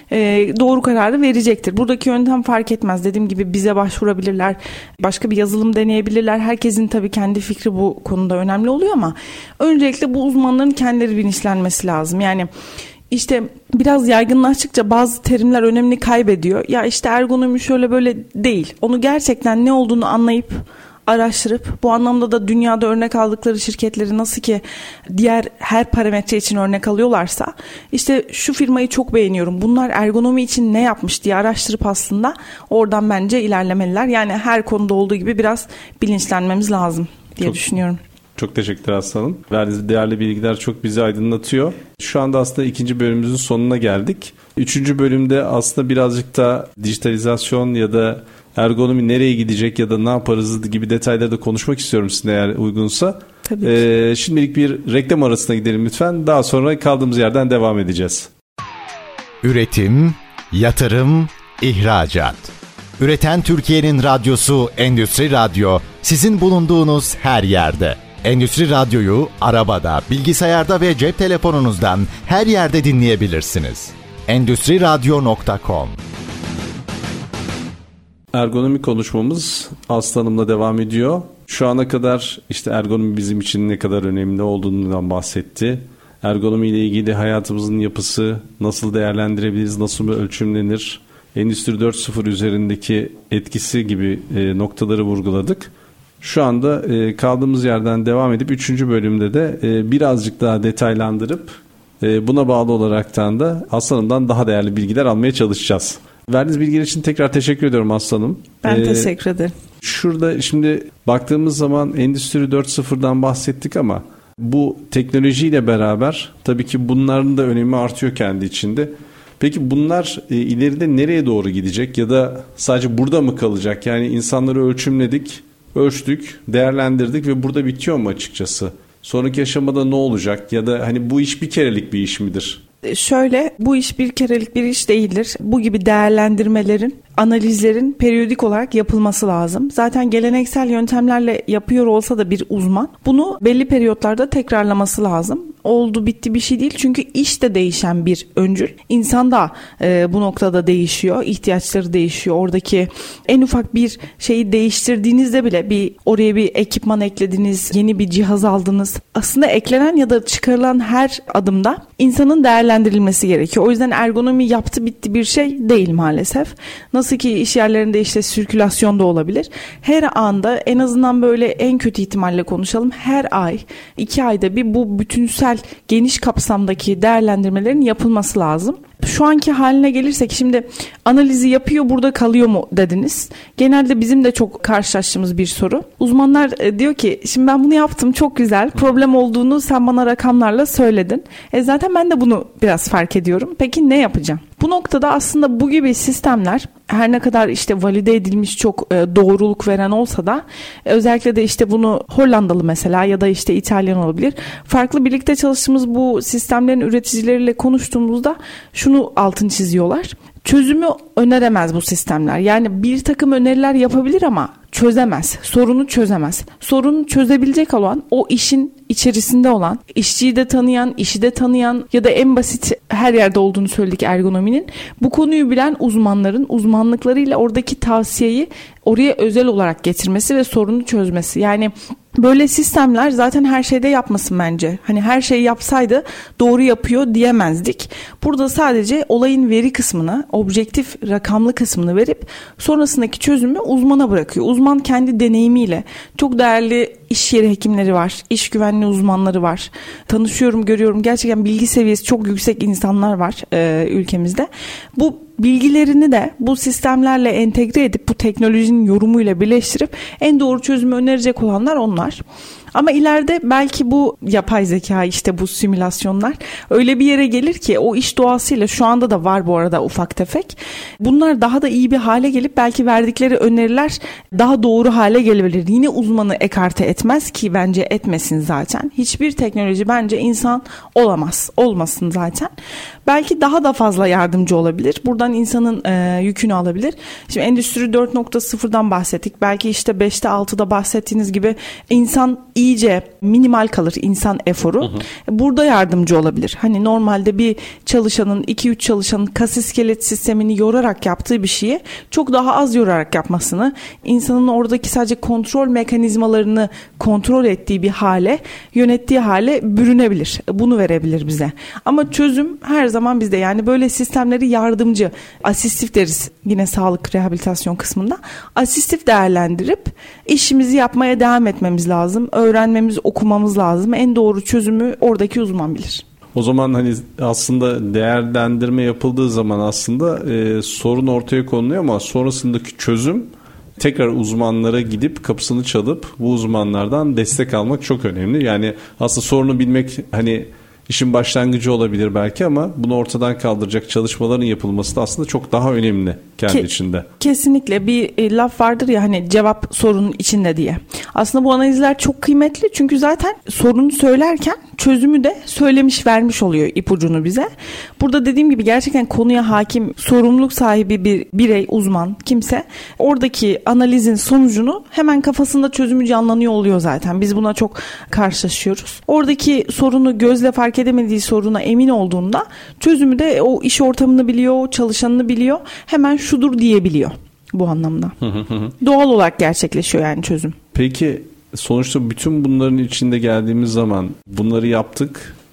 doğru kararı verecektir. Buradaki yöntem fark etmez. Dediğim gibi bize başvurabilirler. Başka bir yazılım deneyebilirler. Herkesin tabii kendi fikri bu konuda önemli oluyor ama öncelikle bu uzmanların kendileri bilinçlenmesi lazım. Yani İşte biraz yaygınlaştıkça bazı terimler önemini kaybediyor. Ya işte ergonomi şöyle böyle değil. Onu gerçekten ne olduğunu anlayıp araştırıp bu anlamda da dünyada örnek aldıkları şirketleri nasıl ki diğer her parametre için örnek alıyorlarsa, işte şu firmayı çok beğeniyorum, bunlar ergonomi için ne yapmış diye araştırıp aslında oradan bence ilerlemeliler. Yani her konuda olduğu gibi biraz bilinçlenmemiz lazım diye düşünüyorum. Çok teşekkürler Aslanım. Verdiğiniz değerli bilgiler çok bizi aydınlatıyor. Şu anda aslında 2. bölümümüzün sonuna geldik. 3. bölümde aslında birazcık da dijitalizasyon ya da ergonomi nereye gidecek ya da ne yaparız gibi detayları da konuşmak istiyorum sizinle eğer uygunsa. Tabii ki. Şimdilik bir reklam arasına gidelim lütfen. Daha sonra kaldığımız yerden devam edeceğiz. Üretim, yatırım, ihracat. Üreten Türkiye'nin radyosu Endüstri Radyo, sizin bulunduğunuz her yerde. Endüstri Radyo'yu arabada, bilgisayarda ve cep telefonunuzdan her yerde dinleyebilirsiniz. Endüstriradyo.com. Ergonomi konuşmamız Aslı Hanım'la devam ediyor. Şu ana kadar işte ergonomi bizim için ne kadar önemli olduğundan bahsetti. ergonomi ile ilgili hayatımızın yapısı nasıl değerlendirebiliriz, nasıl ölçümlenir, Endüstri 4.0 üzerindeki etkisi gibi noktaları vurguladık. Şu anda kaldığımız yerden devam edip 3. bölümde de birazcık daha detaylandırıp buna bağlı olaraktan da Aslan'ımdan daha değerli bilgiler almaya çalışacağız. Verdiğiniz bilgiler için tekrar teşekkür ediyorum Aslan'ım. Ben teşekkür ederim. Şurada şimdi baktığımız zaman Endüstri 4.0'dan bahsettik ama bu teknolojiyle beraber tabii ki bunların da önemi artıyor kendi içinde. Peki bunlar ileride nereye doğru gidecek ya da sadece burada mı kalacak? Yani insanları ölçümledik, ölçtük, değerlendirdik ve burada bitiyor mu açıkçası? Sonraki aşamada ne olacak ya da hani bu iş bir kerelik bir iş midir? Şöyle, bu iş bir kerelik bir iş değildir. Bu gibi değerlendirmelerin, analizlerin periyodik olarak yapılması lazım. Zaten geleneksel yöntemlerle yapıyor olsa da bir uzman bunu belli periyotlarda tekrarlaması lazım. Oldu bitti bir şey değil. Çünkü iş de değişen bir öncül. İnsan da bu noktada değişiyor. İhtiyaçları değişiyor. Oradaki en ufak bir şeyi değiştirdiğinizde bile oraya bir ekipman eklediniz, yeni bir cihaz aldınız. Aslında eklenen ya da çıkarılan her adımda insanın değerlendirilmesi gerekiyor. O yüzden ergonomi yaptı bitti bir şey değil maalesef. Nasıl ki iş yerlerinde işte sirkülasyon da olabilir. Her anda en azından böyle en kötü ihtimalle konuşalım. Her ay, 2 ayda bir bu bütünsel geniş kapsamdaki değerlendirmelerin yapılması lazım. Şu anki haline gelirsek şimdi analizi yapıyor burada kalıyor mu dediniz. Genelde bizim de çok karşılaştığımız bir soru. Uzmanlar diyor ki şimdi ben bunu yaptım çok güzel, problem olduğunu sen bana rakamlarla söyledin. Zaten ben de bunu biraz fark ediyorum. Peki ne yapacağım? Bu noktada aslında bu gibi sistemler her ne kadar işte valide edilmiş çok doğruluk veren olsa da özellikle de işte bunu Hollandalı mesela ya da işte İtalyan olabilir. Farklı birlikte çalıştığımız bu sistemlerin üreticileriyle konuştuğumuzda şunu altını çiziyorlar. Çözümü öneremez bu sistemler. Yani bir takım öneriler yapabilir ama çözemez. Sorunu çözemez. Sorunu çözebilecek olan o işin içerisinde olan, işçiyi de tanıyan, işi de tanıyan ya da en basit her yerde olduğunu söyledik ergonominin. Bu konuyu bilen uzmanların uzmanlıklarıyla oradaki tavsiyeyi oraya özel olarak getirmesi ve sorunu çözmesi. Yani böyle sistemler zaten her şeyde yapmasın bence. Hani her şeyi yapsaydı doğru yapıyor diyemezdik. Burada sadece olayın veri kısmını, objektif rakamlı kısmını verip sonrasındaki çözümü uzmana bırakıyor. Uzman kendi deneyimiyle, çok değerli iş yeri hekimleri var, iş güvenliği uzmanları var. Tanışıyorum, görüyorum. Gerçekten bilgi seviyesi çok yüksek insanlar var ülkemizde. Bu bilgilerini de bu sistemlerle entegre edip bu teknolojinin yorumuyla birleştirip en doğru çözümü önerecek olanlar onlar. Ama ileride belki bu yapay zeka işte bu simülasyonlar öyle bir yere gelir ki o iş doğasıyla şu anda da var bu arada ufak tefek. Bunlar daha da iyi bir hale gelip belki verdikleri öneriler daha doğru hale gelebilir. Yine uzmanı ekarte etmez ki bence etmesin zaten. Hiçbir teknoloji bence insan olamaz. Olmasın zaten. Belki daha da fazla yardımcı olabilir. Buradan insanın yükünü alabilir. Şimdi Endüstri 4.0'dan bahsettik. Belki işte 5'te 6'da bahsettiğiniz gibi insan iyice minimal kalır insan eforu. Burada yardımcı olabilir. Hani normalde bir çalışanın 2-3 çalışanın kas iskelet sistemini yorarak yaptığı bir şeyi çok daha az yorarak yapmasını, insanın oradaki sadece kontrol mekanizmalarını kontrol ettiği bir hale, yönettiği hale bürünebilir. Bunu verebilir bize. Ama çözüm her zaman bizde. Yani böyle sistemleri yardımcı, asistif deriz yine sağlık rehabilitasyon kısmında. Asistif değerlendirip işimizi yapmaya devam etmemiz lazım. Öğrenmemiz, okumamız lazım. En doğru çözümü oradaki uzman bilir. O zaman hani aslında değerlendirme yapıldığı zaman aslında sorun ortaya konuluyor ama sonrasındaki çözüm tekrar uzmanlara gidip kapısını çalıp bu uzmanlardan destek almak çok önemli. Yani aslında sorunu bilmek hani işin başlangıcı olabilir belki ama bunu ortadan kaldıracak çalışmaların yapılması da aslında çok daha önemli kendi içinde. Kesinlikle bir laf vardır ya hani cevap sorunun içinde diye. Aslında bu analizler çok kıymetli çünkü zaten sorunu söylerken çözümü de söylemiş vermiş oluyor ipucunu bize. Burada dediğim gibi gerçekten konuya hakim, sorumluluk sahibi bir birey, uzman, kimse oradaki analizin sonucunu hemen kafasında çözümü canlanıyor oluyor zaten. Biz buna çok karşılaşıyoruz. Oradaki sorunu gözle fark edemediği soruna emin olduğunda çözümü de o iş ortamını biliyor, çalışanını biliyor. Hemen şudur diyebiliyor bu anlamda. Doğal olarak gerçekleşiyor yani çözüm. Peki sonuçta bütün bunların içinde geldiğimiz zaman bunları yaptık.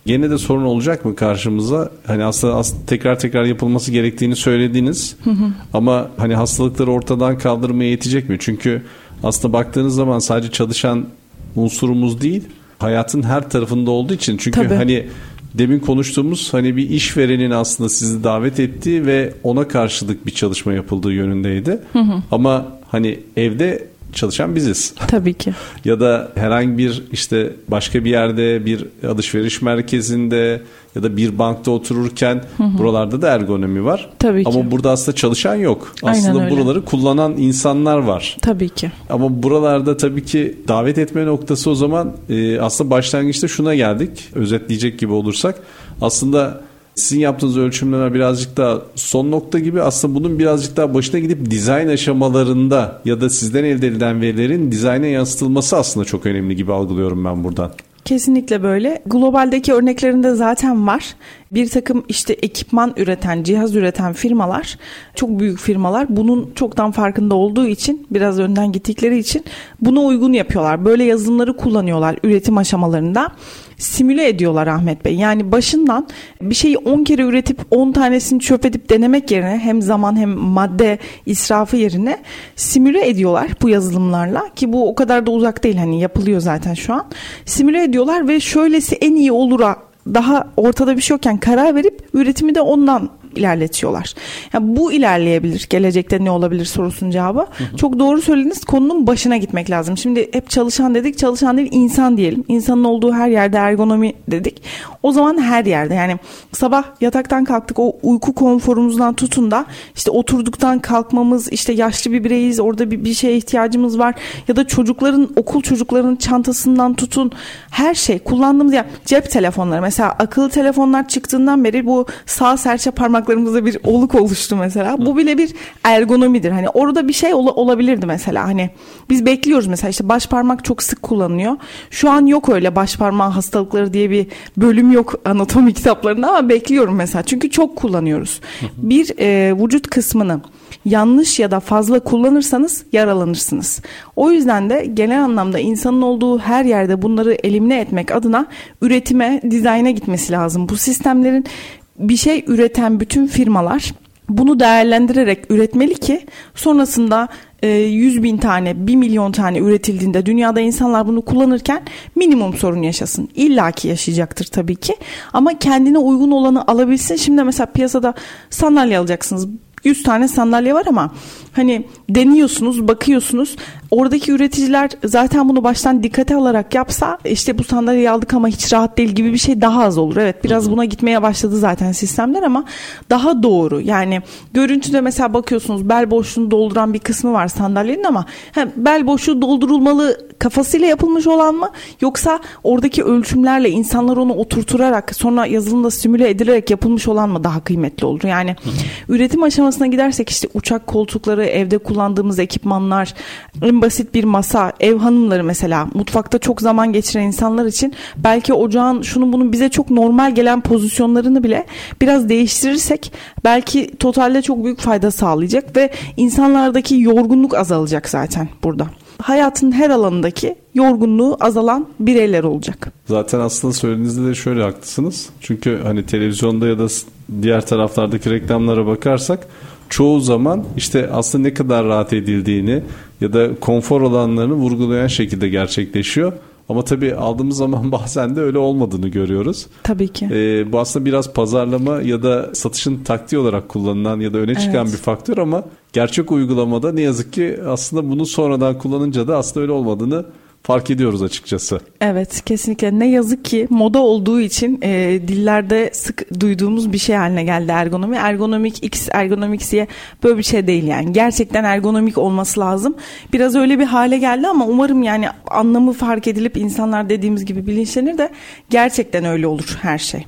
Gene de sorun olacak mı karşımıza? Hani aslında tekrar yapılması gerektiğini söylediniz. Ama hani hastalıkları ortadan kaldırmaya yetecek mi? Çünkü aslında baktığınız zaman sadece çalışan unsurumuz değil, hayatın her tarafında olduğu için. Çünkü Tabii. hani demin konuştuğumuz hani bir işverenin aslında sizi davet ettiği ve ona karşılık bir çalışma yapıldığı yönündeydi. Ama hani evde çalışan biziz. Tabii ki. Ya da herhangi bir işte başka bir yerde, bir alışveriş merkezinde ya da bir bankta otururken buralarda da ergonomi var. Tabii ki. Ama burada aslında çalışan yok. Aynen Aslında öyle. buraları kullanan insanlar var. Tabii ki. Ama buralarda tabii ki davet etme noktası o zaman aslında başlangıçta şuna geldik. Özetleyecek gibi olursak aslında sizin yaptığınız ölçümler birazcık daha son nokta gibi, aslında bunun birazcık daha başına gidip dizayn aşamalarında ya da sizden elde edilen verilerin dizayna yansıtılması aslında çok önemli gibi algılıyorum ben buradan. Kesinlikle böyle. Globaldeki örneklerinde zaten var. Bir takım işte ekipman üreten, cihaz üreten firmalar, çok büyük firmalar bunun çoktan farkında olduğu için, biraz önden gittikleri için buna uygun yapıyorlar. Böyle yazılımları kullanıyorlar üretim aşamalarında. Simüle ediyorlar Ahmet Bey. Yani başından bir şeyi 10 kere üretip 10 tanesini çöp edip denemek yerine, hem zaman hem madde israfı yerine simüle ediyorlar bu yazılımlarla, ki bu o kadar da uzak değil, hani yapılıyor zaten şu an. Simüle ediyorlar ve şöylesi en iyi olur'a, daha ortada bir şey yokken karar verip üretimi de ondan ilerletiyorlar. Yani bu ilerleyebilir. Gelecekte ne olabilir sorusunun cevabı. Çok doğru söylediniz. Konunun başına gitmek lazım. Şimdi hep çalışan dedik. Çalışan değil, insan diyelim. İnsanın olduğu her yerde ergonomi dedik. O zaman her yerde, yani sabah yataktan kalktık, o uyku konforumuzdan tutun da işte oturduktan kalkmamız, işte yaşlı bir bireyiz, orada bir şeye ihtiyacımız var, ya da okul çocuklarının çantasından tutun, her şey kullandığımız, yani cep telefonları mesela, akıllı telefonlar çıktığından beri bu sağ serçe parmaklarımızda bir oluk oluştu mesela. Bu bile bir ergonomidir. Hani orada bir şey olabilirdi mesela. Hani biz bekliyoruz mesela, işte baş parmak çok sık kullanılıyor. Şu an yok öyle baş parmağı hastalıkları diye bir bölüm yok anatomi kitaplarında, ama bekliyorum mesela. Çünkü çok kullanıyoruz. Bir vücut kısmını yanlış ya da fazla kullanırsanız yaralanırsınız. O yüzden de genel anlamda insanın olduğu her yerde bunları elimine etmek adına üretime, dizayna gitmesi lazım. Bu sistemlerin, bir şey üreten bütün firmalar bunu değerlendirerek üretmeli ki sonrasında 100.000 tane, 1 milyon tane üretildiğinde dünyada insanlar bunu kullanırken minimum sorun yaşasın. İlla ki yaşayacaktır tabii ki, ama kendine uygun olanı alabilsin. Şimdi mesela piyasada sandalye alacaksınız. 100 tane sandalye var ama hani deniyorsunuz, bakıyorsunuz. Oradaki üreticiler zaten bunu baştan dikkate alarak yapsa, işte bu sandalyeyi aldık ama hiç rahat değil gibi bir şey daha az olur. Evet, biraz buna gitmeye başladı zaten sistemler, ama daha doğru. Yani görüntüde mesela bakıyorsunuz, bel boşluğunu dolduran bir kısmı var sandalyenin, ama bel boşluğu doldurulmalı kafasıyla yapılmış olan mı, yoksa oradaki ölçümlerle insanlar onu oturturarak sonra yazılımda simüle edilerek yapılmış olan mı daha kıymetli olur? Yani üretim aşamasına gidersek, işte uçak koltukları, evde kullandığımız ekipmanlar, en basit bir masa, ev hanımları mesela mutfakta çok zaman geçiren insanlar için belki ocağın şunun bunun bize çok normal gelen pozisyonlarını bile biraz değiştirirsek belki totalde çok büyük fayda sağlayacak ve insanlardaki yorgunluk azalacak zaten burada. Hayatın her alanındaki yorgunluğu azalan bireyler olacak. Zaten aslında söylediğinizde de şöyle haklısınız. Çünkü hani televizyonda ya da diğer taraflardaki reklamlara bakarsak çoğu zaman işte aslında ne kadar rahat edildiğini ya da konfor alanlarını vurgulayan şekilde gerçekleşiyor. Ama tabii aldığımız zaman bazen de öyle olmadığını görüyoruz. Tabii ki. Bu aslında biraz pazarlama ya da satışın taktiği olarak kullanılan ya da öne çıkan bir faktör, ama gerçek uygulamada ne yazık ki aslında bunu sonradan kullanınca da aslında öyle olmadığını fark ediyoruz açıkçası. Evet, kesinlikle. Ne yazık ki moda olduğu için dillerde sık duyduğumuz bir şey haline geldi ergonomi. Ergonomik X, ergonomik Y böyle bir şey değil yani. Gerçekten ergonomik olması lazım. Biraz öyle bir hale geldi ama umarım yani anlamı fark edilip insanlar dediğimiz gibi bilinçlenir de gerçekten öyle olur her şey.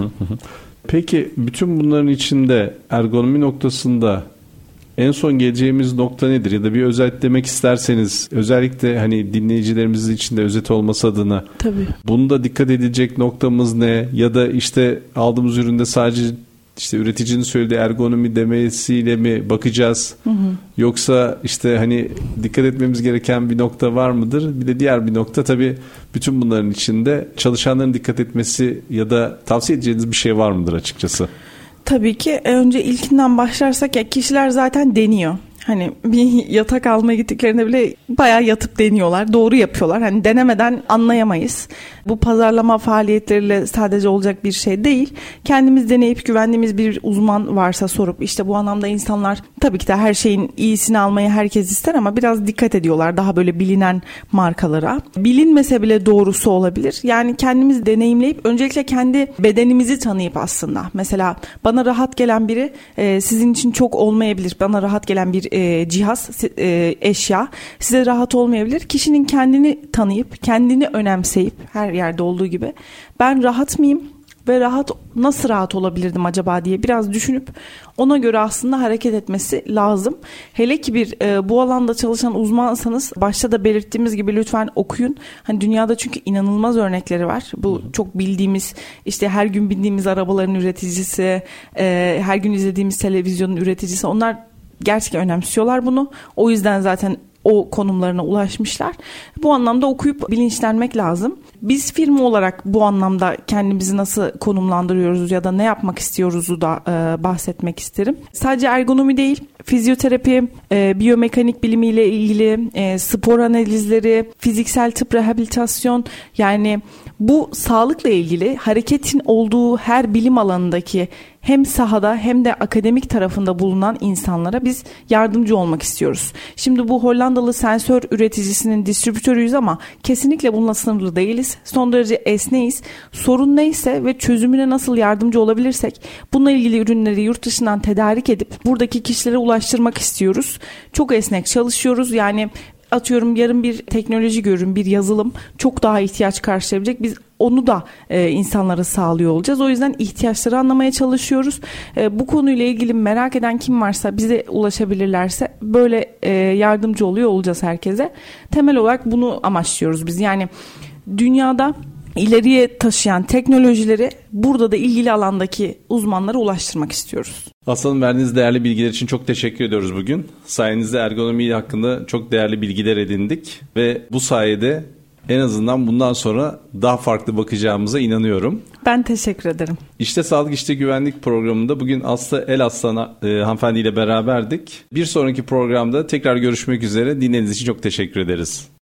Peki bütün bunların içinde ergonomi noktasında en son geleceğimiz nokta nedir? Ya da bir özetlemek isterseniz, özellikle hani dinleyicilerimiz için de özet olması adına. Tabii. Bunda dikkat edilecek noktamız ne? Ya da işte aldığımız üründe sadece işte üreticinin söylediği ergonomi demesiyle mi bakacağız? Yoksa işte hani dikkat etmemiz gereken bir nokta var mıdır? Bir de diğer bir nokta tabii bütün bunların içinde çalışanların dikkat etmesi ya da tavsiye edeceğiniz bir şey var mıdır açıkçası? Tabii ki önce ilkinden başlarsak ya kişiler zaten deniyor. Hani bir yatak almaya gittiklerinde bile bayağı yatıp deniyorlar. Doğru yapıyorlar. Hani denemeden anlayamayız. Bu pazarlama faaliyetleriyle sadece olacak bir şey değil. Kendimiz deneyip güvendiğimiz bir uzman varsa sorup işte bu anlamda insanlar tabii ki de her şeyin iyisini almayı herkes ister ama biraz dikkat ediyorlar daha böyle bilinen markalara. Bilinmese bile doğrusu olabilir. Yani kendimiz deneyimleyip öncelikle kendi bedenimizi tanıyıp aslında. Mesela bana rahat gelen biri sizin için çok olmayabilir. Bana rahat gelen bir cihaz, eşya size rahat olmayabilir. Kişinin kendini tanıyıp, kendini önemseyip her yerde olduğu gibi ben rahat mıyım ve nasıl rahat olabilirdim acaba diye biraz düşünüp ona göre aslında hareket etmesi lazım. Hele ki bir bu alanda çalışan uzmansanız başta da belirttiğimiz gibi lütfen okuyun. Hani dünyada çünkü inanılmaz örnekleri var. Bu çok bildiğimiz işte her gün bindiğimiz arabaların üreticisi, her gün izlediğimiz televizyonun üreticisi onlar gerçekten önemsiyorlar bunu. O yüzden zaten o konumlarına ulaşmışlar. Bu anlamda okuyup bilinçlenmek lazım. Biz firma olarak bu anlamda kendimizi nasıl konumlandırıyoruz ya da ne yapmak istiyoruzu da bahsetmek isterim. Sadece ergonomi değil, fizyoterapi, biyomekanik bilimiyle ilgili spor analizleri, fiziksel tıp rehabilitasyon yani bu sağlıkla ilgili hareketin olduğu her bilim alanındaki hem sahada hem de akademik tarafında bulunan insanlara biz yardımcı olmak istiyoruz. Şimdi bu Hollandalı sensör üreticisinin distribütörüyüz ama kesinlikle bununla sınırlı değiliz. Son derece esneyiz. Sorun neyse ve çözümüne nasıl yardımcı olabilirsek bununla ilgili ürünleri yurt dışından tedarik edip buradaki kişilere ulaştırmak istiyoruz. Çok esnek çalışıyoruz. Yani atıyorum yarın bir teknoloji görün, bir yazılım çok daha ihtiyaç karşılayabilecek. Biz onu da insanlara sağlıyor olacağız. O yüzden ihtiyaçları anlamaya çalışıyoruz. Bu konuyla ilgili merak eden kim varsa bize ulaşabilirlerse böyle yardımcı oluyor olacağız herkese. Temel olarak bunu amaçlıyoruz biz. Yani dünyada ileriye taşıyan teknolojileri burada da ilgili alandaki uzmanlara ulaştırmak istiyoruz. Aslanım verdiğiniz değerli bilgiler için çok teşekkür ediyoruz bugün. Sayenizde ergonomi hakkında çok değerli bilgiler edindik ve bu sayede en azından bundan sonra daha farklı bakacağımıza inanıyorum. Ben teşekkür ederim. İşte Sağlık İşte Güvenlik programında bugün Aslı Elaslan hanımefendiyle beraberdik. Bir sonraki programda tekrar görüşmek üzere. Dinlediğiniz için çok teşekkür ederiz.